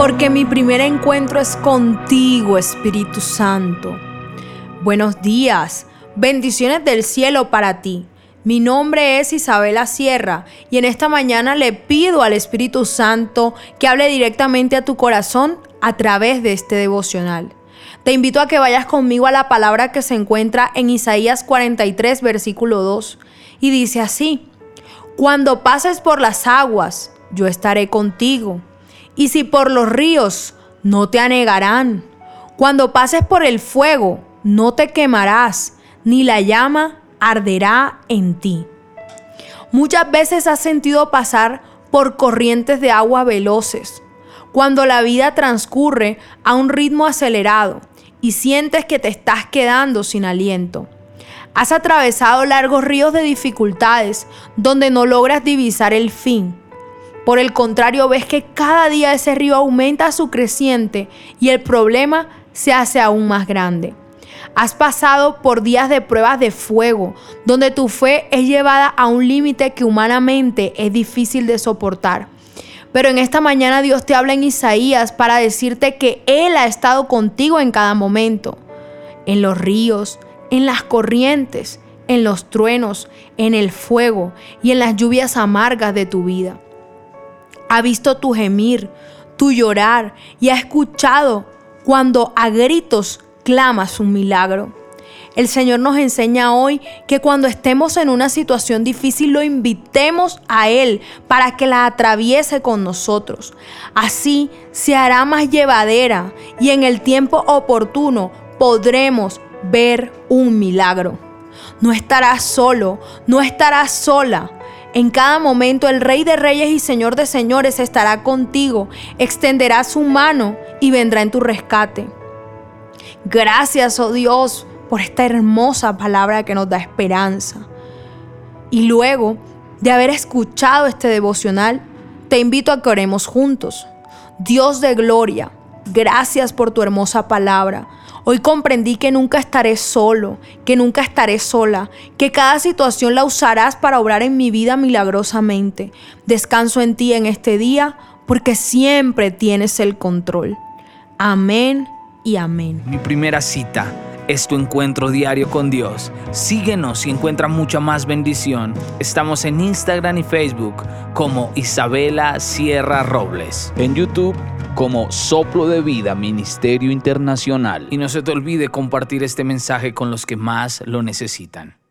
porque mi primer encuentro es contigo, Espíritu Santo. Buenos días, bendiciones del cielo para ti. Mi nombre es Isabela Sierra y en esta mañana le pido al Espíritu Santo que hable directamente a tu corazón a través de este devocional. Te invito a que vayas conmigo a la palabra que se encuentra en Isaías 43, versículo 2, y dice así: Cuando pases por las aguas, yo estaré contigo, y si por los ríos, no te anegarán. Cuando pases por el fuego, no te quemarás, ni la llama arderá en ti. Muchas veces has sentido pasar por corrientes de agua veloces, cuando la vida transcurre a un ritmo acelerado y sientes que te estás quedando sin aliento. Has atravesado largos ríos de dificultades donde no logras divisar el fin. Por el contrario, ves que cada día ese río aumenta su creciente y el problema se hace aún más grande. Has pasado por días de pruebas de fuego, donde tu fe es llevada a un límite que humanamente es difícil de soportar. Pero en esta mañana Dios te habla en Isaías para decirte que Él ha estado contigo en cada momento. En los ríos, en las corrientes, en los truenos, en el fuego y en las lluvias amargas de tu vida. Ha visto tu gemir, tu llorar y ha escuchado cuando a gritos clamas un milagro. El Señor nos enseña hoy que cuando estemos en una situación difícil lo invitemos a Él para que la atraviese con nosotros. Así se hará más llevadera y en el tiempo oportuno podremos ver un milagro. No estarás solo, no estarás sola. En cada momento el Rey de Reyes y Señor de Señores estará contigo, extenderá su mano y vendrá en tu rescate. Gracias, oh Dios, por esta hermosa palabra que nos da esperanza. Y luego de haber escuchado este devocional, te invito a que oremos juntos. Dios de gloria, gracias por tu hermosa palabra. Hoy comprendí que nunca estaré solo, que nunca estaré sola, que cada situación la usarás para obrar en mi vida milagrosamente. Descanso en ti en este día porque siempre tienes el control. Amén y amén. Mi primera cita es tu encuentro diario con Dios. Síguenos y encuentra mucha más bendición. Estamos en Instagram y Facebook como Isabela Sierra Robles. En YouTube como Soplo de Vida Ministerio Internacional. Y no se te olvide compartir este mensaje con los que más lo necesitan.